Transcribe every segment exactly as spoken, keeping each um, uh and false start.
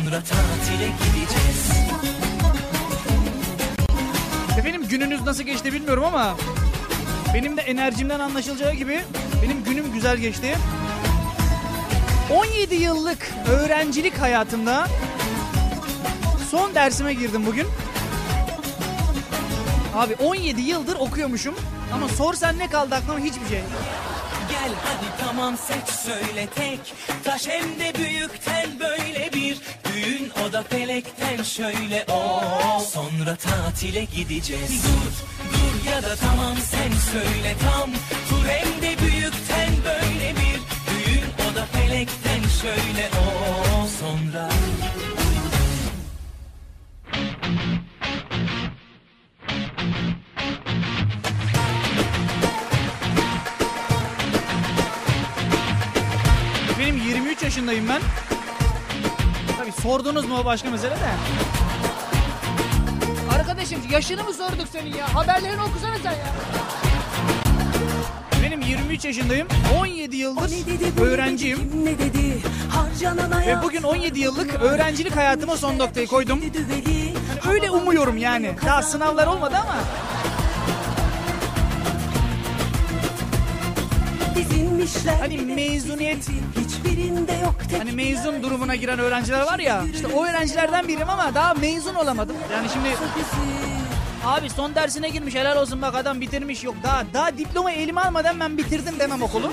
sonra tatile gideceğiz. Efendim gününüz nasıl geçti bilmiyorum ama benim de enerjimden anlaşılacağı gibi benim günüm güzel geçti. on yedi yıllık öğrencilik hayatımda son dersime girdim bugün. Abi on yedi yıldır okuyormuşum ama sorsan ne kaldı aklıma, hiçbir şey. Gel hadi tamam seç söyle tek taş hem de büyükten böyle bir düğün, o da felekten şöyle o. Sonra tatile gideceğiz. Dur dur ya da tamam sen söyle tam tur hem de büyükten böyle bir düğün, o da felekten şöyle o. Sonra Benim yirmi üç yaşındayım ben. Tabii sordunuz mu o başka mesele de. Arkadaşım yaşını mı sorduk senin ya? Haberlerini okusana sen ya. Benim yirmi üç yaşındayım. on yedi yıldır öğrenciyim. Ve bugün on yedi yıllık öğrencilik hayatıma son noktayı koydum. Yani öyle umuyorum yani. Daha sınavlar olmadı ama. Hani mezuniyet, hani mezun durumuna giren öğrenciler var ya, işte o öğrencilerden biriyim ama daha mezun olamadım. Yani şimdi abi son dersine girmiş, helal olsun bak adam bitirmiş, yok daha daha diploma elime almadan ben bitirdim demem okulu.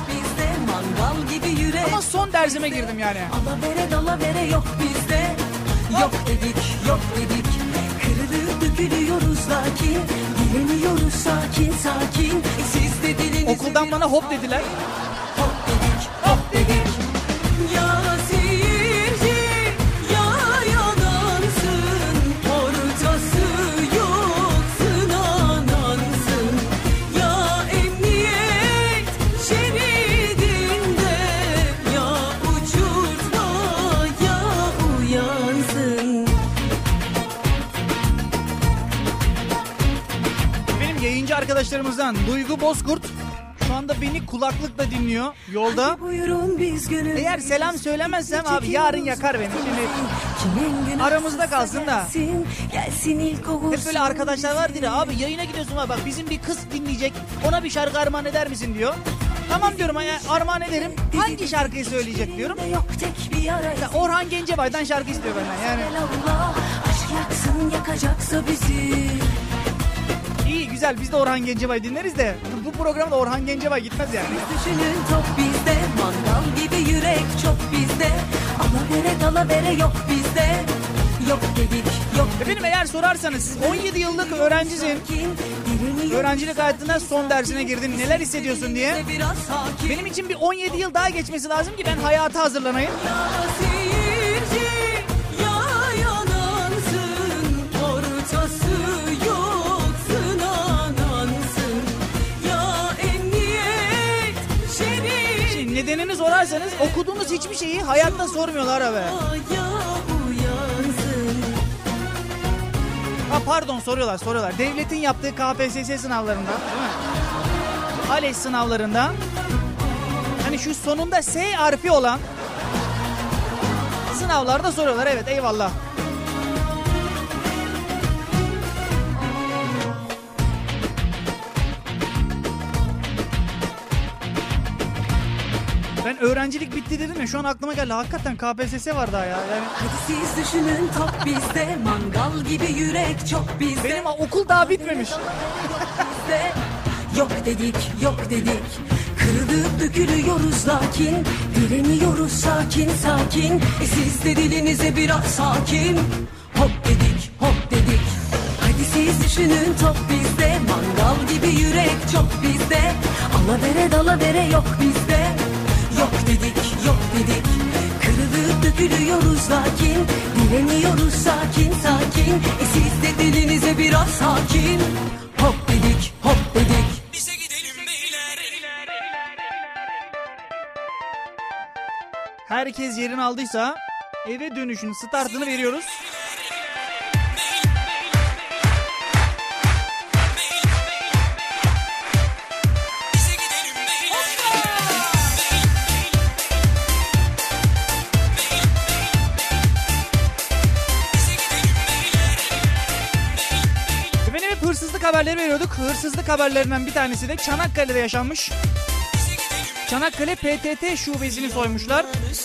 Ama son dersime girdim yani. Alavere dalavere yok bizde. Yok dedik yok dedik. Kırılıp dökülüyoruz lakin dileniyoruz sakin sakin. Siz de dilinizi okuldan bana hop dediler. Hop dedik hop dedik. Ya seyirci ya yalansın, ortası yok sınanansın. Ya emniyet şeridinde, ya uçurtma ya uyansın. Benim yayıncı arkadaşlarımızdan Duygu Bozkurt şu anda beni kulaklıkla dinliyor yolda. Eğer selam söylemezsem abi yarın yakar beni. Şimdi aramızda kalsın da. Hep böyle arkadaşlar vardır ya, abi yayına gidiyorsun ama bak bizim bir kız dinleyecek, ona bir şarkı armağan eder misin diyor. Tamam diyorum, armağan ederim. Hangi şarkıyı söyleyecek diyorum. Ya Orhan Gencebay'dan şarkı istiyor benden yani. Aşk yaksın yakacaksa bizi. İyi güzel, biz de Orhan Gencebay dinleriz de bu programda Orhan Gencebay gitmez yani. Düşünün top bizde, mangal gibi yürek çok bizde. Alavere dalavere yok bizde. Yok dedik yok dedik. Efendim eğer sorarsanız siz on yedi yıllık öğrencisin, öğrencilik hayatına son dersine girdin, neler hissediyorsun diye. Benim için bir on yedi yıl daha geçmesi lazım ki ben hayata hazırlanayım. Nedenini sorarsanız okuduğunuz hiçbir şeyi hayatta sormuyorlar abi. Ha pardon soruyorlar soruyorlar. Devletin yaptığı K P S S sınavlarında, değil mi? ALES sınavlarında hani şu sonunda S harfi olan sınavlarda soruyorlar. Evet eyvallah. Ben öğrencilik bitti dedim ya, şu an aklıma geldi. Hakikaten K P S S var daha ya. Yani... Hadi siz düşünün top bizde, mangal gibi yürek çok bizde. Benim okul daha bitmemiş. Yok dedik yok dedik. Kırılıp dökülüyoruz lakin direniyoruz sakin sakin. E siz de dilinize biraz sakin. Hop dedik hop dedik. Hadi siz düşünün top bizde, mangal gibi yürek çok bizde. Alavere dalavere yok bizde. Yok dedik yok dedik. Kırılıp dökülüyoruz lakin direniyoruz sakin sakin. E siz de dilinize biraz hakim. Hop dedik hop dedik. bize gidelim beyler. Herkes yerini aldıysa eve dönüşün startını veriyoruz. haberleri veriyorduk. Hırsızlık haberlerinden bir tanesi de Çanakkale'de yaşanmış. Çanakkale P T T şubesini soymuşlar.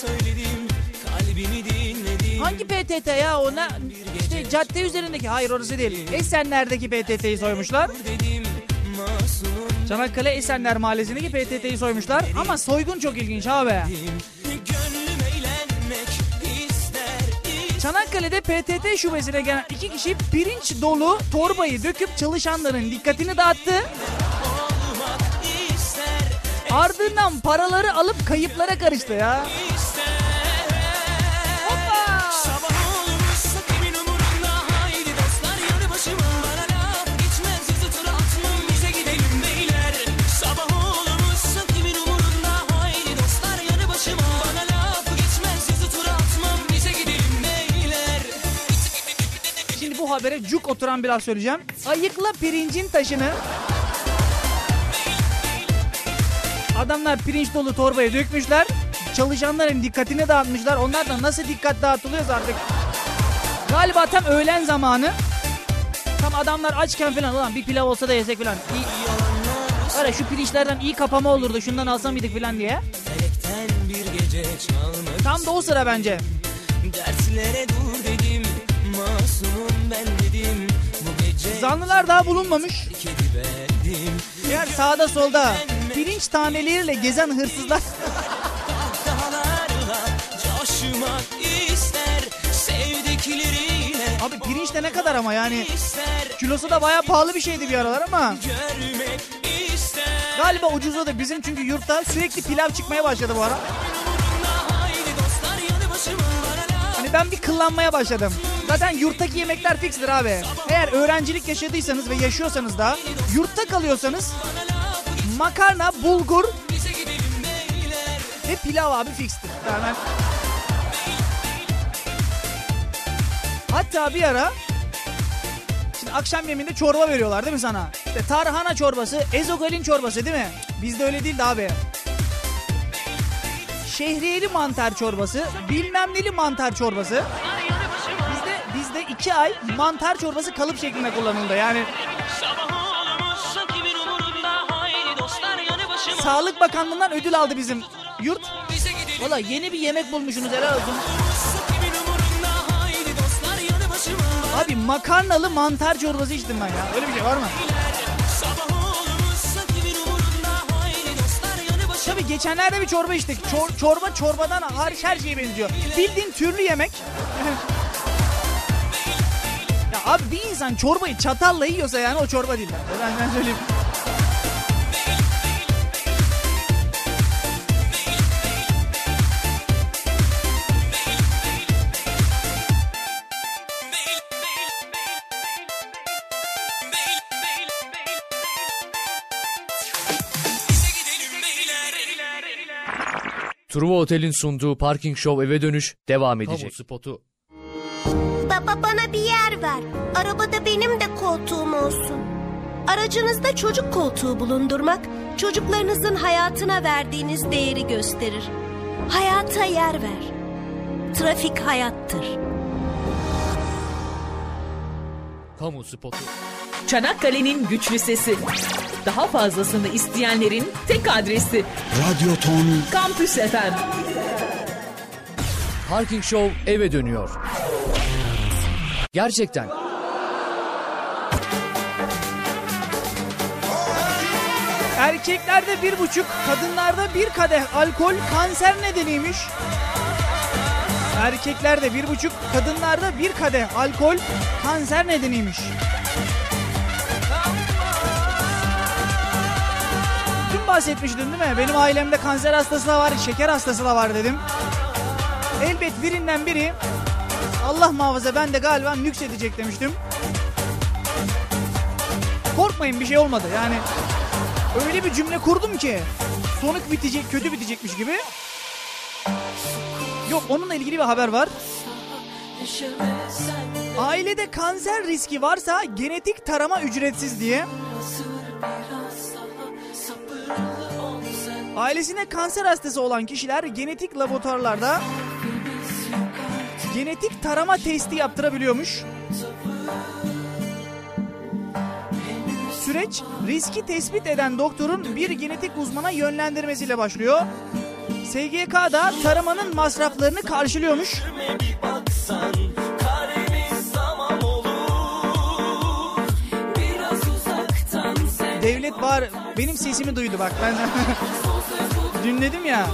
Hangi P T T ya o ne? İşte cadde üzerindeki, hayır orası değil. Esenler'deki P T T'yi soymuşlar. Çanakkale Esenler Mahallesi'ndeki P T T'yi soymuşlar. Ama soygun çok ilginç abi. Çanakkale'de P T T şubesine gelen iki kişi pirinç dolu torbayı döküp çalışanların dikkatini dağıttı. Ardından paraları alıp kayıplara karıştı ya. Hoppa! Şimdi bu habere cuk oturan bir laf söyleyeceğim. Ayıkla pirincin taşını. Adamlar pirinç dolu torbaya dökmüşler. Çalışanların dikkatini dağıtmışlar. Onlardan nasıl dikkat dağıtılıyorsa artık. Galiba tam öğlen zamanı. Tam adamlar açken falan, ulan bir pilav olsa da yesek falan. Öyle şu pirinçlerden iyi kapama olurdu, şundan alsam mıydık falan diye. Tam da o sıra bence. Derslere dur dedim, masumum ben dedim. Zanlılar daha bulunmamış. Eğer sağda solda pirinç taneleriyle gezen hırsızlar abi pirinç de ne kadar ama yani kilosu da bayağı pahalı bir şeydi bir aralar ama galiba ucuzladı bizim, çünkü yurtta sürekli pilav çıkmaya başladı bu ara. Hani ben bir kıllanmaya başladım. Zaten yurttaki yemekler fikstir abi. Eğer öğrencilik yaşadıysanız ve yaşıyorsanız da, yurtta kalıyorsanız makarna, bulgur ve pilav abi fikstir. Yani hatta bir ara şimdi akşam yemeğinde çorba veriyorlar değil mi sana? İşte tarhana çorbası, ezogelin çorbası değil mi? Bizde öyle değildi abi. Şehriyeli mantar çorbası, bilmem neli mantar çorbası. Bizde bizde iki ay mantar çorbası kalıp şeklinde kullanıldı. Yani Sağlık Bakanlığı'ndan ödül aldı bizim yurt. Valla yeni bir yemek bulmuşsunuz, helal olsun. Abi makarnalı mantar çorbası içtim ben ya. Öyle bir şey var mı? Tabii geçenlerde bir çorba içtik. Çor, çorba çorbadan hariç her şeye benziyor. Bildiğin türlü yemek. Ya abi bir insan çorbayı çatalla yiyorsa yani o çorba değil. Ben, ben söyleyeyim. Truva Otel'in sunduğu Parking Show eve dönüş devam edecek. Kamu spotu. Baba bana bir yer ver. Arabada benim de koltuğum olsun. Aracınızda çocuk koltuğu bulundurmak, çocuklarınızın hayatına verdiğiniz değeri gösterir. Hayata yer ver. Trafik hayattır. Kamu spotu. Çanakkale'nin güçlü sesi. Daha fazlasını isteyenlerin tek adresi. Radyo Ton. Kampüs F M. Parking Show eve dönüyor. Gerçekten. Erkeklerde bir buçuk, kadınlarda bir kadeh alkol kanser nedeniymiş. Erkeklerde bir buçuk, kadınlarda bir kadeh alkol kanser nedeniymiş. Dün bahsetmiştim değil mi? Benim ailemde kanser hastası da var, şeker hastası da var dedim. Elbet birinden biri, Allah muhafaza ben de galiba nüksedecek demiştim. Korkmayın, bir şey olmadı yani. Öyle bir cümle kurdum ki sonuk bitecek, kötü bitecekmiş gibi. Yok, onunla ilgili bir haber var. Ailede kanser riski varsa genetik tarama ücretsiz diye. Ailesinde kanser hastası olan kişiler genetik laboratuvarlarda genetik tarama testi yaptırabiliyormuş. Süreç riski tespit eden doktorun bir genetik uzmana yönlendirmesiyle başlıyor. S G K'da taramanın masraflarını karşılıyormuş. Devlet var, benim sesimi duydu bak ben dinledim ya.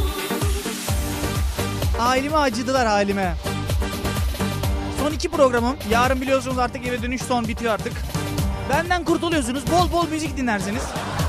Halime acıdılar halime. Son iki programım. Yarın biliyorsunuz artık eve dönüş son bitiyor artık. Benden kurtuluyorsunuz. Bol bol müzik dinlersiniz.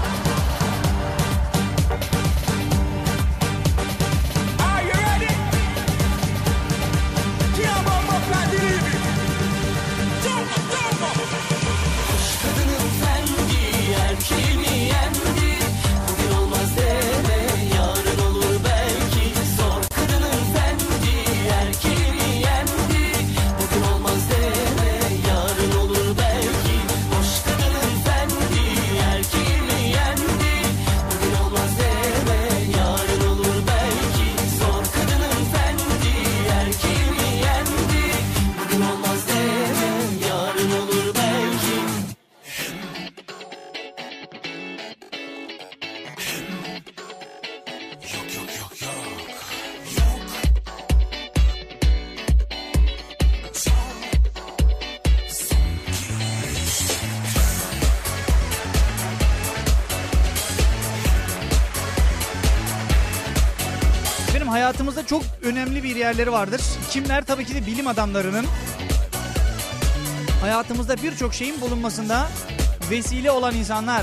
Hayatımızda çok önemli bir yerleri vardır. Kimler? Tabii ki de bilim adamlarının. Hayatımızda birçok şeyin bulunmasında vesile olan insanlar.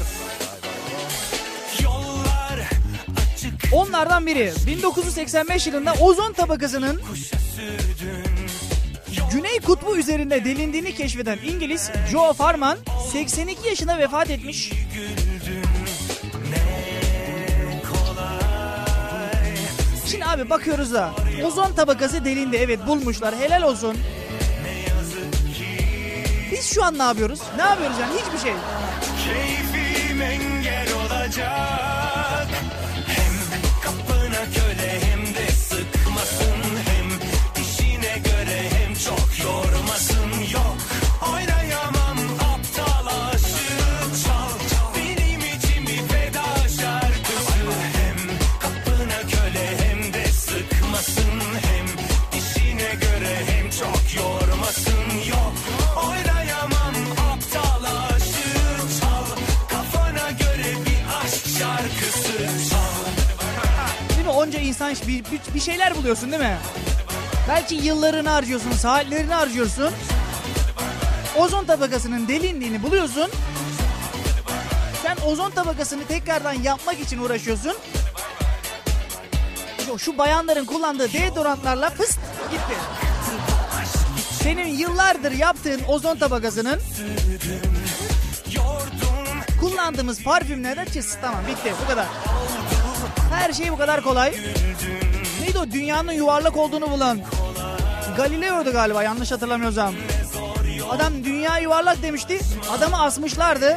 Onlardan biri bin dokuz yüz seksen beş yılında ozon tabakasının Güney Kutbu üzerinde delindiğini keşfeden İngiliz Joe Farman seksen iki yaşında vefat etmiş. Şimdi abi bakıyoruz da ozon tabakası delindi, evet bulmuşlar, helal olsun. Biz şu an ne yapıyoruz? Ne yapıyoruz yani? Hiçbir şey. Keyfim engel olacak. Hem kapına köle hem de sıkmasın. Hem işine göre hem çok yormasın. Yok oynayamam aptal aşığı. Çal benim için bir feda şarkısı. Hem kapına köle hem de sıkmasın. Hem işine göre hem çok yormasın. Yok oynayamam aptal aşığı. Çal kafana göre bir aşk şarkısı. Çal. Değil mi? Onca insan bir, bir, bir şeyler buluyorsun değil mi? Belki yıllarını harcıyorsun, saatlerini harcıyorsun. Ozon tabakasının delindiğini buluyorsun. Sen ozon tabakasını tekrardan yapmak için uğraşıyorsun. Şu bayanların kullandığı deodorantlarla fıst gitti. Senin yıllardır yaptığın ozon tabakasının kullandığımız parfümle de çıs. Tamam, bitti, bu kadar. Her şey bu kadar kolay. Neydi o dünyanın yuvarlak olduğunu bulan? Galileo'du galiba, yanlış hatırlamıyorsam. Adam dünya yuvarlak demişti. Adamı asmışlardı.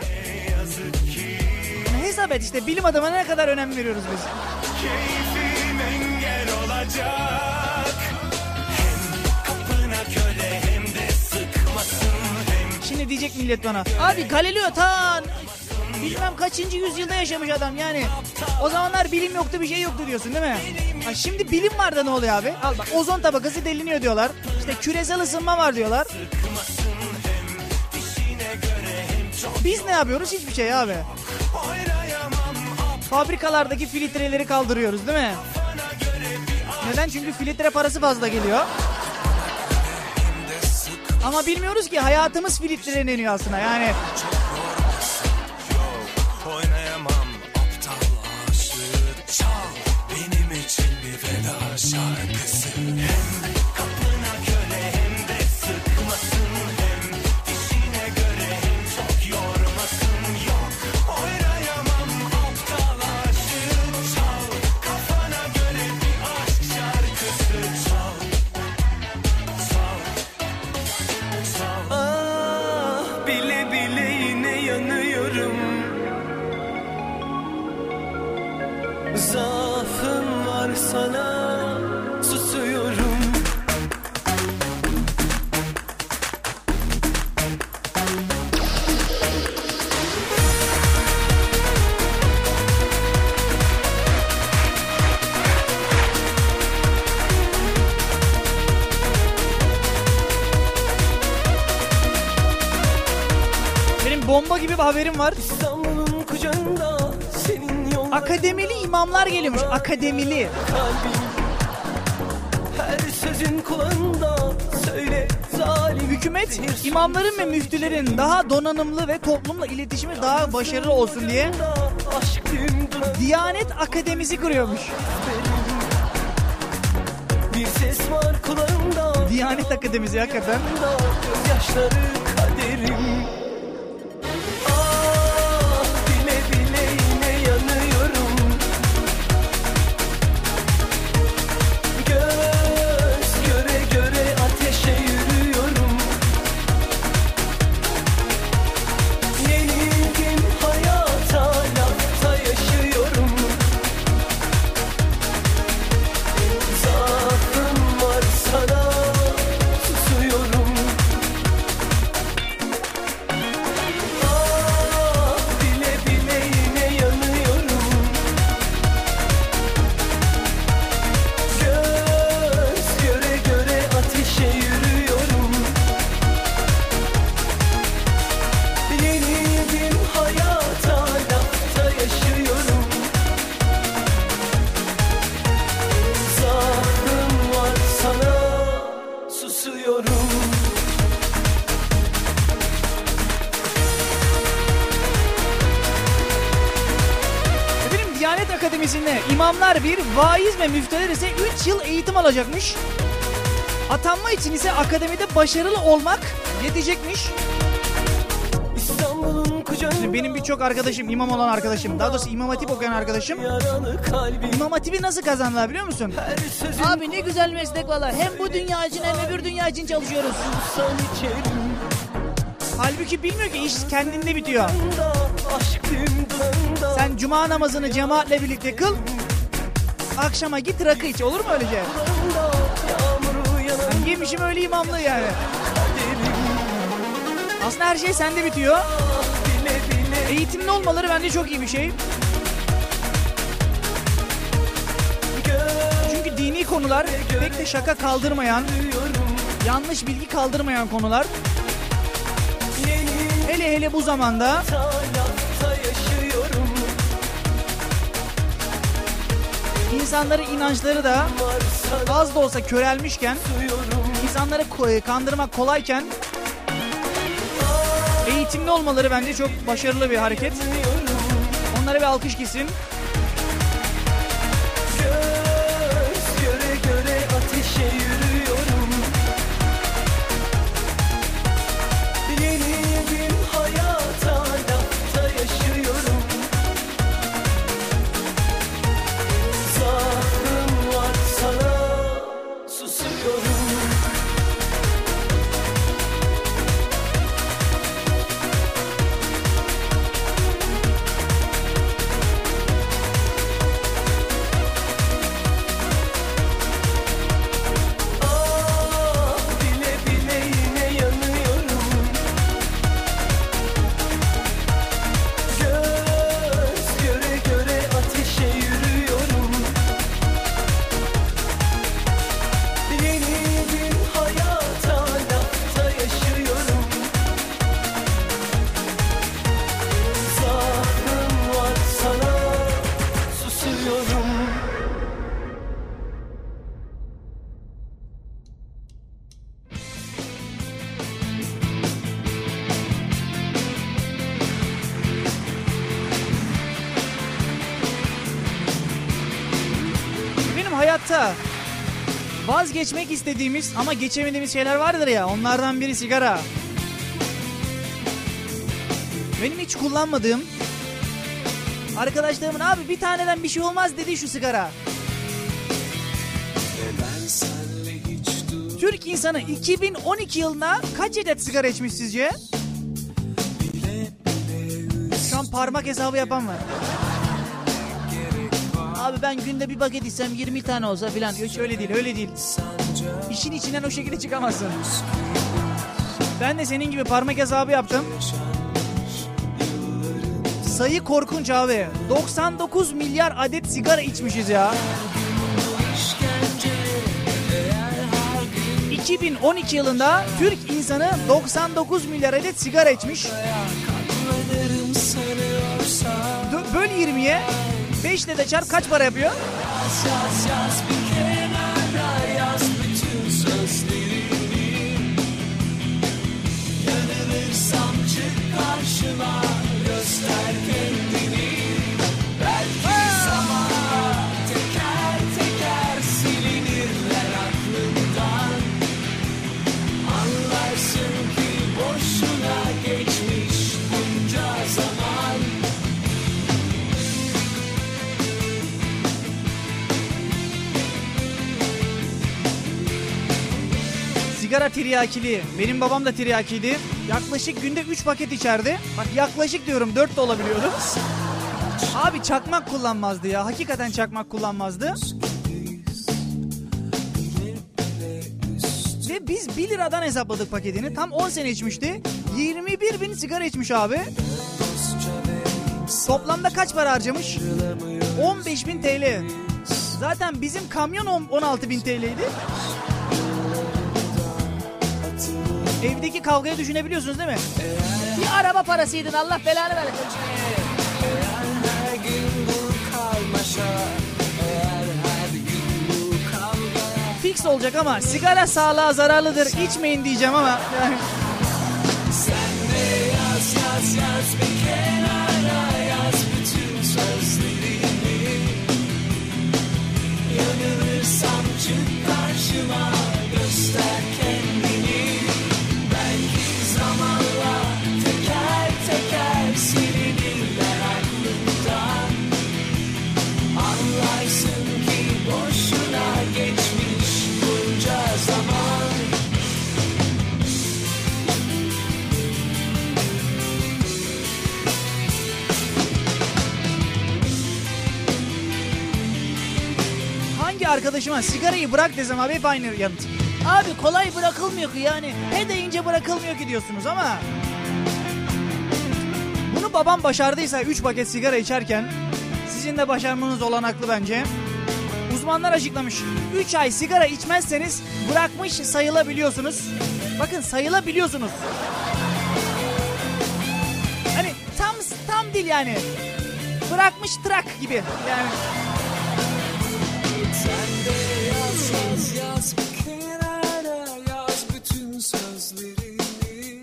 Yani hesap et işte, bilim adamına ne kadar önem veriyoruz biz. Keyfim engel olacak. Hem kapına köle hem de sıkmasın. Hem Şimdi diyecek millet bana, abi Galileo ta bilmem kaçıncı yüzyılda yaşamış adam yani. O zamanlar bilim yoktu, bir şey yoktu diyorsun değil mi? Ha, şimdi bilim var da ne oluyor abi? Al bak, ozon tabakası deliniyor diyorlar. İşte küresel ısınma var diyorlar. Biz ne yapıyoruz? Hiçbir şey abi. Fabrikalardaki filtreleri kaldırıyoruz değil mi? Neden? Çünkü filtre parası fazla geliyor. Ama bilmiyoruz ki hayatımız filtreleniyor aslında yani. oynayamam aptal aşığı. Çal benim için bir veda şarkısı. Hem kapına köle hem de sıkmasın. Hem işine göre hem çok yormasın. Yok oynayamam aptal aşığı. Çal kafana göre bir aşk şarkısı. Çal çal çal. Ah bile bile yine yanıyorum. Zaafım var sana, susuyorum. bomba gibi bir haberim var. İstanbul'un kucağında senin yolların. Akademili imamlar geliyormuş. Akademili. Kalbim her sözün kulağında söyle zalim. Hükümet imamların ve müftülerin daha donanımlı ve toplumla iletişimi daha başarılı olsun diye Diyanet Akademisi kuruyormuş. Bir ses var kulağımda. Diyanet Akademisi hakikaten. Gözyaşları kaderim. Ah bile bile yine yanıyorum. Göz göre göre ateşe yürüyorum. Yenildim hayata, lafta yaşıyorum. Zaafım var sana, susuyorum. Ah bile bile yine yanıyorum. Göz göre göre ateşe yürüyorum. Yenildim hayata, lafta yaşıyorum. Zaafım var sana, susuyorum. Efendim Diyanet Akademisi'nde imamlar bir, vaiz ve müftüler ise üç yıl eğitim alacakmış. Atanma için ise akademide başarılı olmak yetecekmiş. İstanbul'un kucağında Şimdi benim birçok arkadaşım, imam olan arkadaşım, daha doğrusu İmam Hatip okuyan arkadaşım, yaralı kalbim. İmam Hatip'i nasıl kazandılar biliyor musun? Her sözün Abi ne güzel meslek valla. Hem bu dünya için hem öbür dünya için çalışıyoruz. san içerim. Halbuki bilmiyor ki iş kendinde bitiyor. Da aşk dümdüğünde. Sen cuma namazını cemaatle birlikte kıl, akşama git rakı iç, olur mu öyle şey? Yağmuru yanan Ben yemişim öyle imamlığı yani. kaderim. Aslında her şey sende bitiyor. Bile bile Eğitimli olmaları bence çok iyi bir şey. Çünkü dini konular pek de şaka kaldırmayan, yanlış bilgi kaldırmayan konular. Hele hele bu zamanda lafta yaşıyorum. insanların inançları da Var sana az da olsa körelmişken, duyuyorum. insanları ko- kandırmak kolayken eğitimli olmaları bence çok başarılı bir hareket. Onlara bir alkış gitsin. Göz göre göre ateşe yürüyorum. Yenildim hayata, lafta yaşıyorum. Zaafım var sana, susuyorum. Ah bile bile yine yanıyorum. Göz göre göre ateşe yürüyorum. Yenildim hayata, lafta yaşıyorum. Zaafım var sana, susuyorum. Benim hayatta vazgeçmek istediğimiz ama geçemediğimiz şeyler vardır ya, onlardan biri sigara. Benim hiç kullanmadığım, arkadaşlarımın abi bir taneden bir şey olmaz dediği şu sigara. Türk insanı iki bin on iki yılında kaç adet sigara içmiş sizce? Şu an parmak hesabı yapan var. Abi ben günde bir paket içsem yirmi tane olsa filan diyor. Hiç öyle değil, öyle değil. İşin içinden o şekilde çıkamazsın. Ben de senin gibi parmak hesabı yaptım. Sayı korkunç abi. doksan dokuz milyar adet sigara içmişiz ya. iki bin on iki yılında Türk insanı doksan dokuz milyar adet sigara içmiş. yirmiye beş ile de çarp kaç para yapıyor? Yaz yaz yaz bir kenara yaz bütün sözlerini. Yanılırsam çık karşıma göster kendini. Belki zamanla teker teker silinirler aklımdan. Anlarsın ki boşuna geçmiş bunca zaman. Sigara tiryakiliği. Benim babam da tiryakiydi. Yaklaşık günde üç paket içerdi. Bak yaklaşık diyorum, dört de olabiliyordu. Abi çakmak kullanmazdı ya. Hakikaten çakmak kullanmazdı. Ve biz bir liradan hesapladık paketini. Tam on sene içmişti. yirmi bir bin sigara içmiş abi. Toplamda kaç para harcamış? on beş bin T L. Zaten bizim kamyon on altı bin T L'ydi. Evdeki kavgayı düşünebiliyorsunuz değil mi? Bir araba parasıydın, Allah belanı versin. Her gün bu karmaşa, eğer her gün bu kavga. Fix olacak ama sigara sağlığa zararlıdır, içmeyin diyeceğim ama yani. Sen de yaz yaz yaz bir kenara yaz bütün sözlerini. Yanılırsam çık karşıma göster kendini. Belki zamanla teker teker silinirler aklımdan. Anlarsın ki boşuna geçmiş bunca zaman. Hangi arkadaşıma sigarayı bırak desem abi hep aynı yanıt. Abi kolay bırakılmıyor ki yani. He deyince bırakılmıyor ki diyorsunuz ama. Bunu babam başardıysa üç paket sigara içerken sizin de başarmanız olanaklı bence. Uzmanlar açıklamış. üç ay sigara içmezseniz bırakmış sayılabiliyorsunuz. Bakın sayılabiliyorsunuz. Hani tam tam değil yani. Bırakmış trak gibi yani. Sen de yaz yaz yaz bir kenara yaz bütün sözlerini.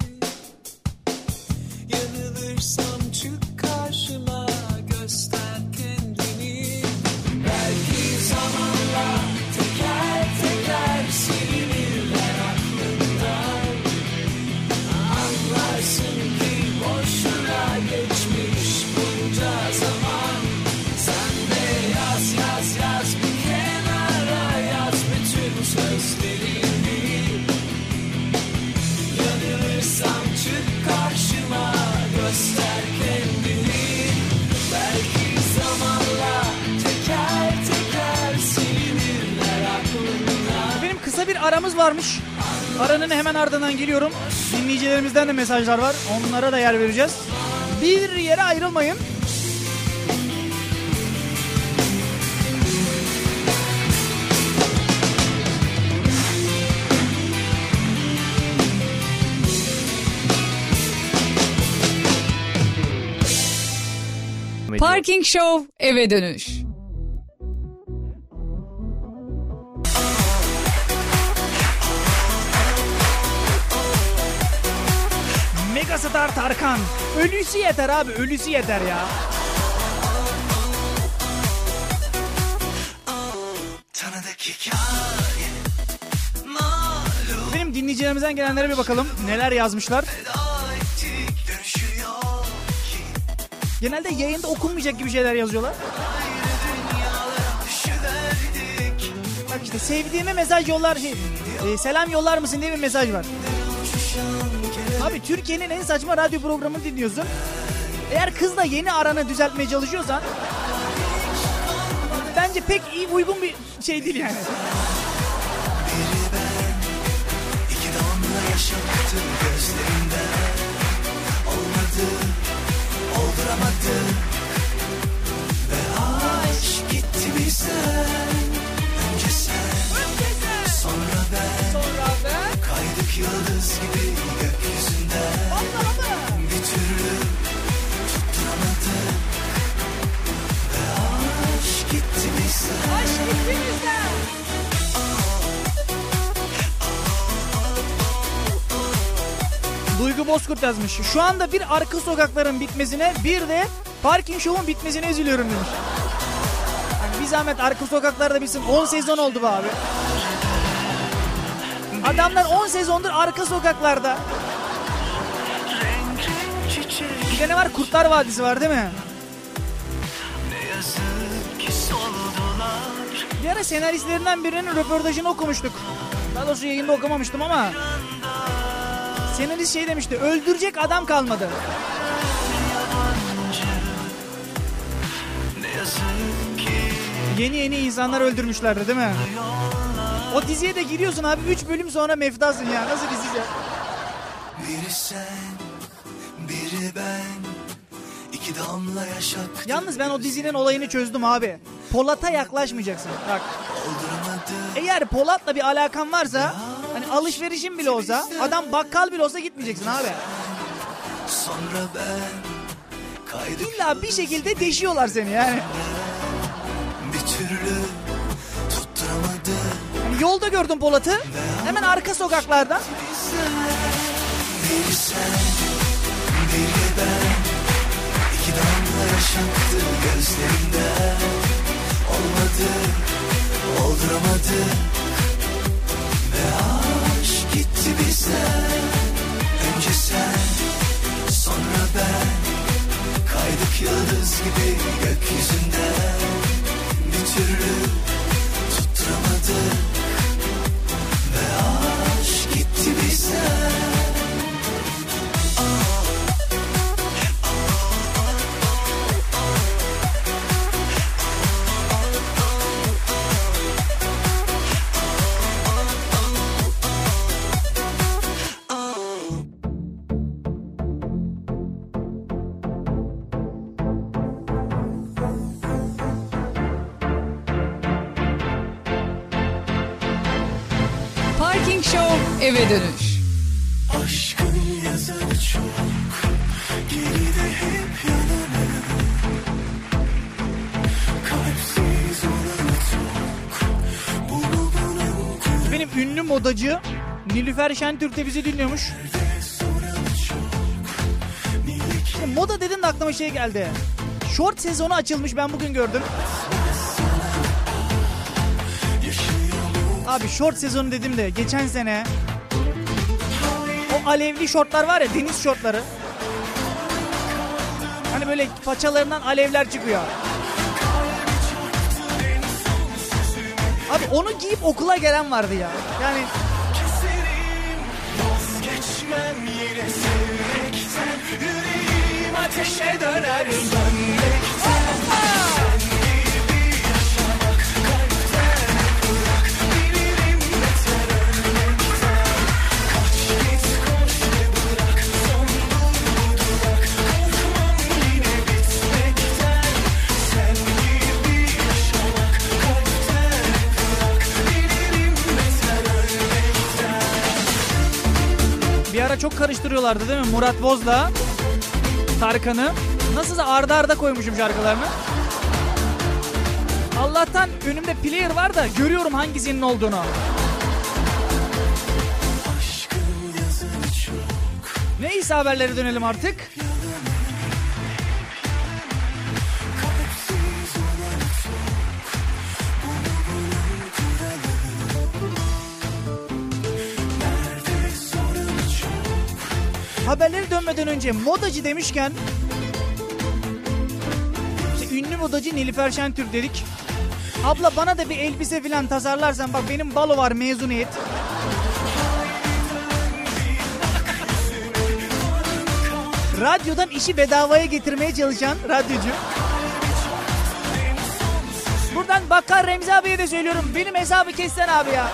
Yanılırsam çık karşıma göster kendini. Belki zamanla teker teker silinirler aklımdan. Anlarsın ki boşuna geçmiş bunca zaman. Sen de yaz yaz yaz bir kenara yaz bütün sözlerini. Yanılırsam çık karşıma göster kendini. Belki zamanla teker teker silinirler aklımdan. Benim kısa bir aramız varmış. Aranın hemen ardından geliyorum. Dinleyicilerimizden de mesajlar var. Onlara da yer vereceğiz. Bir yere ayrılmayın. Parking Show eve dönüş. Megastar Tarkan. Ölüsü yeter abi, ölüsü yeter ya. Benim dinleyicilerimizden gelenlere bir bakalım. Neler yazmışlar. Genelde yayında okunmayacak gibi şeyler yazıyorlar. Bak işte sevdiğime mesaj yollar şey, e, selam yollar mısın diye bir mesaj var. Abi Türkiye'nin en saçma radyo programını dinliyorsun. Eğer kızla yeni aranı düzeltmeye çalışıyorsan bence pek iyi uygun bir şey değil yani. Biri ben, iki damla yaşattı gözlerimden. Olmadı, olduramadım. Ve aşk gitti bizden. Önce sen, sonra ben, sonra ben. Kaydık yıldız gibi gökyüzünden. Bir türlü tutturamadım. Duygu Bozkurt yazmış. Şu anda bir arka sokakların bitmesine bir de Parking Show'un bitmesine üzülüyorum demiş. Yani bir zahmet arka sokaklarda bitsin. on sezon oldu be abi. Adamlar on sezondur arka sokaklarda. Bir de ne var? Kurtlar Vadisi var değil mi? Bir ara senaristlerinden birinin röportajını okumuştuk. Daha doğrusu yayında okumamıştım ama senarist şey demişti, öldürecek adam kalmadı. Yeni yeni insanlar öldürmüşlerdi değil mi? O diziye de giriyorsun abi, üç bölüm sonra meftasın ya. Nasıl dizi ya? Biri sen, biri ben, iki damla yaşak. Yalnız ben o dizinin olayını çözdüm abi. Polat'a yaklaşmayacaksın. Bak. Eğer Polat'la bir alakan varsa, hani alışverişin bile olsa, adam bakkal bile olsa gitmeyeceksin abi. Sonra ben kaydık. İlla bir şekilde deşiyorlar seni yani. Bir türlü tutturamadım. Yani yolda gördüm Polat'ı. Hemen arka sokaklardan. Biri sen, biri ben, iki damla yaşaktı gözlerimde. Olmadı, olduramadık ve aşk gitti bizden. Önce sen, sonra ben, kaydık yıldız gibi gökyüzünde. Bir türlü tutturamadık ve aşk gitti bizden. Parking Show eve dönüş. Aşkın yazarı çok, geride hep yanarım. Kalpsiz olanı çok, bunu bunun. Benim ünlü modacı Nilüfer Şentürk de bizi dinliyormuş. İşte moda dedin de aklıma şey geldi. Short sezonu açılmış, ben bugün gördüm. Abi short sezonu dedim de geçen sene o alevli şortlar var ya, deniz şortları. Hani böyle paçalarından alevler çıkıyor. Abi onu giyip okula gelen vardı ya. Yani Vazgeçmem yine sevmekten, yüreğim ateşe döner sönmekten. Sen gibi yaşamak, kalpten bırak, bilirim beter ölmekten. Kaç git koş ve bırak, son bu durak, korkmam yine bitmekten. Sen gibi yaşamak, kalpten bırak, bilirim beter ölmekten. bir ara çok karıştırıyorlardı değil mi? Murat Boz'la Tarkan'ı. Nasılsa arda arda koymuşum şarkılarını. Allah'tan önümde player var da görüyorum hangisinin olduğunu. Neyse, haberlere dönelim artık. Haberlere dönmeden önce modacı demişken işte ünlü modacı Nilüfer Şentürk dedik. Abla bana da bir elbise falan tasarlarsan, bak benim balo var, mezuniyet. Radyodan işi bedavaya getirmeye çalışan radyocu. Buradan Bakkar Remzi abiye de söylüyorum, benim hesabı kessen abi ya.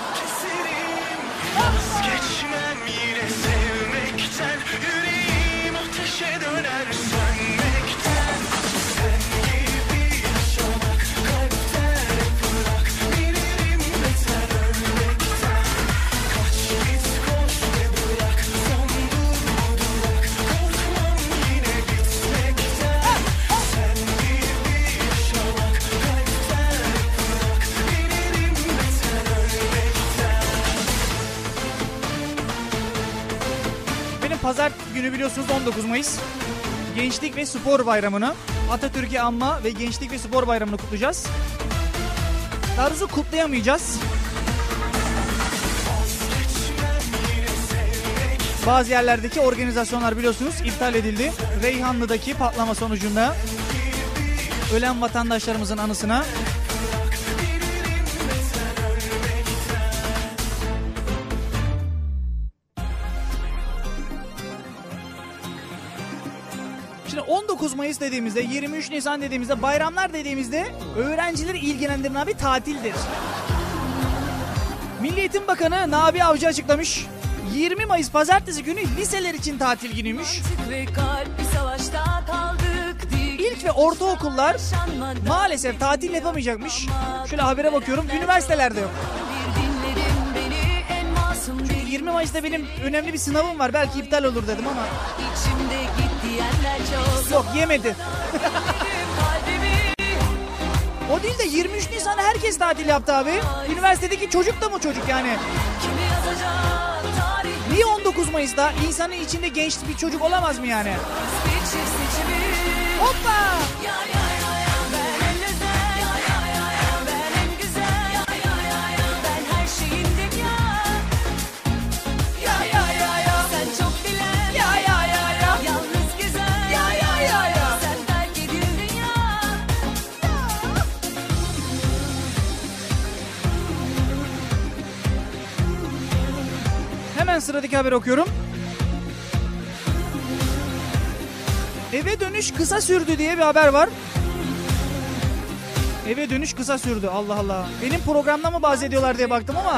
Vazgeçmem yine sevmekten, yüreğim ateşe döner sönmekten. Sen gibi yaşamak, kalpten bırak, bilirim beter ölmekten. Kaç git koş ve bırak, son bu durak, korkmam yine bitmekten. Sen gibi yaşamak, kalpten bırak, bilirim beter ölmekten. Efendim pazar günü biliyorsunuz on dokuz Mayıs. Gençlik ve Spor Bayramı'nı, Atatürk'ü anma ve Gençlik ve Spor Bayramı'nı kutlayacağız. Daha doğrusu kutlayamayacağız. Bazı yerlerdeki organizasyonlar biliyorsunuz iptal edildi. Reyhanlı'daki patlama sonucunda ölen vatandaşlarımızın anısına Şimdi on dokuz Mayıs dediğimizde, yirmi üç Nisan dediğimizde, bayramlar dediğimizde öğrencileri ilgilendiren abi tatildir. Milli Eğitim Bakanı Nabi Avcı açıklamış. yirmi Mayıs pazartesi günü liseler için tatil günüymüş. İlk ve ortaokullar maalesef tatil yapamayacakmış. Şöyle habere bakıyorum, üniversitelerde yok. Çünkü yirmi Mayıs'ta benim önemli bir sınavım var, belki iptal olur dedim ama yok, yemedi. O değil de yirmi üç Nisan herkes tatil yaptı abi. Üniversitedeki çocuk da mı çocuk yani? Niye on dokuz Mayıs'ta insanın içinde genç bir çocuk olamaz mı yani? Hoppa! Hemen sıradaki haberi okuyorum. Eve dönüş kısa sürdü diye bir haber var. Eve dönüş kısa sürdü. Allah Allah. Benim programda mı bahsediyorlar diye baktım ama.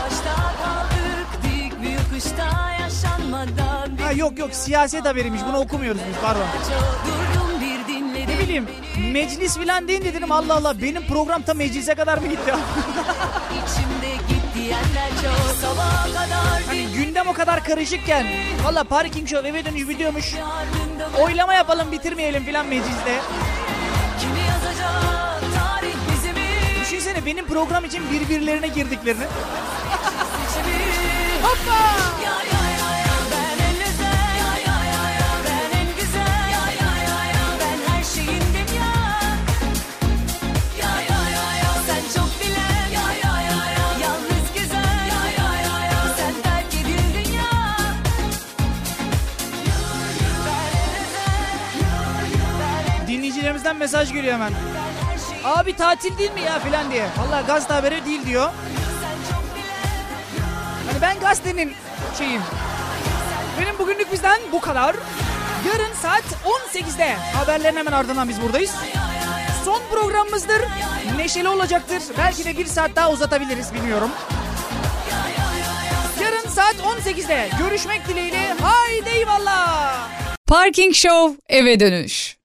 Ha, yok yok, siyaset haberiymiş. Bunu okumuyoruz biz, pardon. Ne bileyim, meclis filan deyince dedim Allah Allah, benim program tam meclise kadar mı gitti? Hani gündem o kadar karışıkken valla Parking Show eve dönüş videomuş, oylama yapalım bitirmeyelim filan mecliste. Düşünsene benim program için birbirlerine girdiklerini. Hoppa! Dinleyicilerimizden mesaj geliyor hemen. Abi tatil değil mi ya filan diye. Vallahi gazete haberi değil diyor. Hani ben gazetenin şeyim. Benim bugünlük bizden bu kadar. Yarın saat on sekizde haberlerin hemen ardından biz buradayız. Son programımızdır. Neşeli olacaktır. Belki de bir saat daha uzatabiliriz, bilmiyorum. Yarın saat on sekizde görüşmek dileğiyle. Haydi eyvallah. Parking Show eve dönüş.